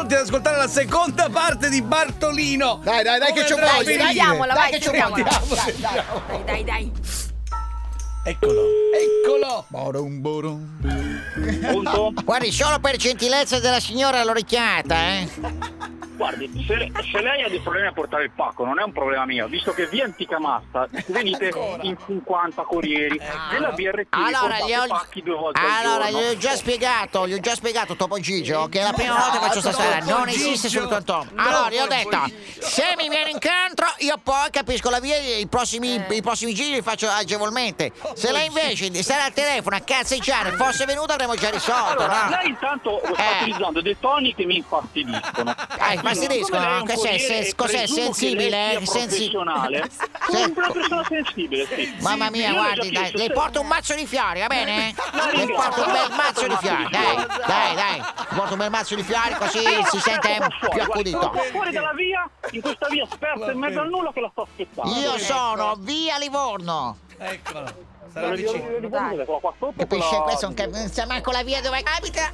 pronti ad ascoltare la seconda parte di Bartolino. Dai, che c'ho andrà a voglia. finire? Sentiamola, vai, che c'ho sentiamola. voglia. Dai. Eccolo. Punto? Guardi, solo per gentilezza della signora l'ho richiamata, Guardi, se lei ha dei problemi a portare il pacco, non è un problema mio, visto che via Antica Massa venite in 50 corrieri, nella BRT Allora, portate pacchi 2 volte al allora, giorno. gli ho già spiegato Topo Gigio che è la prima volta che faccio sta strada, non esiste soltanto. Allora, gli ho detto, se mi viene incontro, io poi capisco la via e i prossimi giri li faccio agevolmente. Se lei invece di stare al telefono a cazzeggiare fosse venuta avremmo già risolto, Allora, no? lei intanto sta utilizzando dei toni che mi infastidiscono. Infastidiscono? Cos'è? Sensibile? Professionale. Sì. Una persona sensibile, sì. Mamma mia, Io guardi, l'ho già dai, chiesto, le porto un mazzo di fiori, va bene? Le ringrazio. porto un bel mazzo di fiori, dai, le porto un bel mazzo di fiori così si sente più accudito. Sono qua fuori dalla via, in questa via spersa in mezzo al nulla che la sto aspettando. Io sono via Livorno. Eccolo. Sarà vicino. Capisce? Questo non sa manco la via dove abita.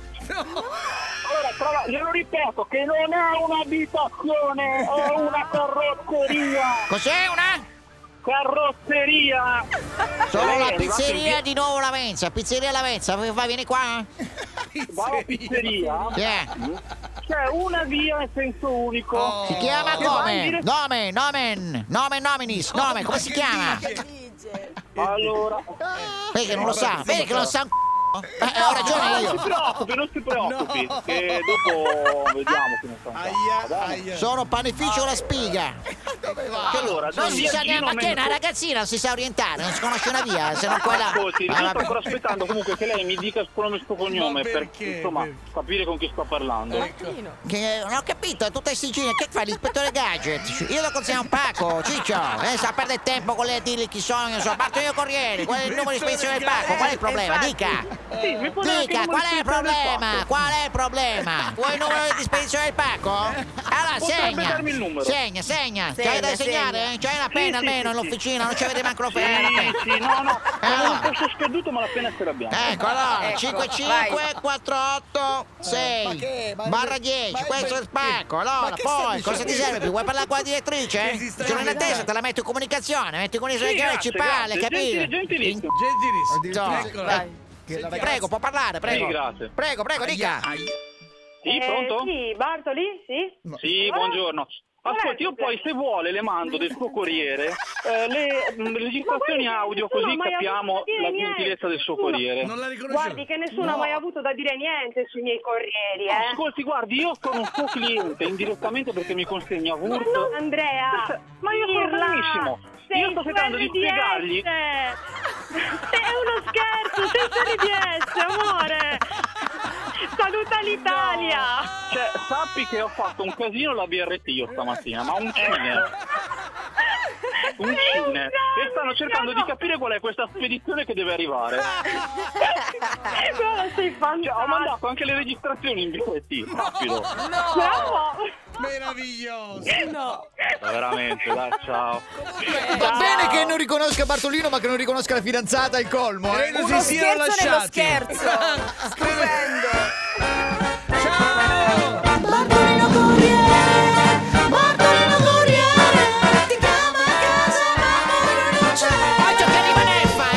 Allora, glielo ripeto, che non è un'abitazione, è una carrozzeria. Cos'è una? Carrozzeria. Sono la pizzeria di Nuovo Lavenza, pizzeria Lavenza, vieni qua? Va alla pizzeria. C'è una via in senso unico. Si chiama Che va in come? dire- Nome nominis, nome, come si chiama? Allora, Vedi che non lo sa, vedi che non sa un ho ragione io. non si preoccupi, che dopo vediamo che ne fa. Aia. Sono panificio la spiga. Allora, Non si sa neanche, ma che è una ragazzina, non si sa orientare, non si conosce una via, se non quella. Ascolti, io sto ancora aspettando comunque che lei mi dica il nome e il suo cognome Ma per perché? insomma capire con chi sto parlando. Che non ho capito, è tutta istigina, che fai l'ispettore gadget? Io lo consiglio un pacco, Ciccio, sta a perdere tempo con lei a dirgli chi sono, io so, parto io corriere, qual è il numero di spedizione del pacco, qual è il problema? Dica! Sì, mi può dare anche Dica, il qual è il numero di problema? Qual è il problema? Vuoi il numero di spedizione del pacco? Allora Potrebbe segna, darmi il numero. segna. C'hai da segnare? C'hai una penna sì, almeno sì, nell'officina? Non c'avete manco la Sì, penna? sì, no, Allora. un posto scaduto ma la penna ce l'abbiamo. Ecco, allora, Ecco, 5548 barra 10, questo è il spacco. Allora, poi, cosa ti serve più? Vuoi parlare con la direttrice? Sono in attesa, te la metto in comunicazione, metti in comunicazione principale, capito? Gentilissimo. Gentilissimo. Vai. Prego, può parlare, prego. Sì, grazie. Prego, dica. Sì, pronto? Sì, Bartoli? Sì? Sì, buongiorno. Ascolti, io poi se vuole le mando del suo corriere le registrazioni audio così capiamo la gentilezza del suo corriere. Non la riconoscevo. Guardi che nessuno ha mai avuto da dire niente sui miei corrieri, Ascolti, guardi, io sono un suo cliente indirettamente perché mi consegna Wurst. Andrea, Ma io sono benissimo. Io sto cercando di spiegargli. È uno scherzo, senza RDS, amore. Saluta l'Italia. Cioè, sappi che ho fatto un casino alla BRT io stamattina, ma un cine. Un cine. E stanno cercando di capire qual è questa spedizione che deve arrivare. Guarda, sei fantastico. Cioè, ho mandato anche le registrazioni in BRT, rapido. Bravo. Meraviglioso. Veramente, dai, ciao. Va bene che non riconosca Bartolino, ma che non riconosca la fidanzata è il colmo, Credo Uno si siano scherzo nello lasciati. scherzo. Stupendo. Ciao. Bartolino Corriere, ti chiama a casa ma lui non c'è. Occhio che arriva Neffa,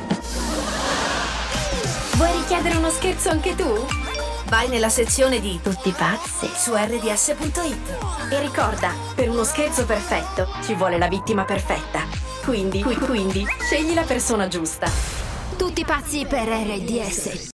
Vuoi richiedere uno scherzo anche tu? Vai nella sezione di Tutti pazzi su rds.it e ricorda, per uno scherzo perfetto ci vuole la vittima perfetta. Quindi scegli la persona giusta. Tutti pazzi per RDS.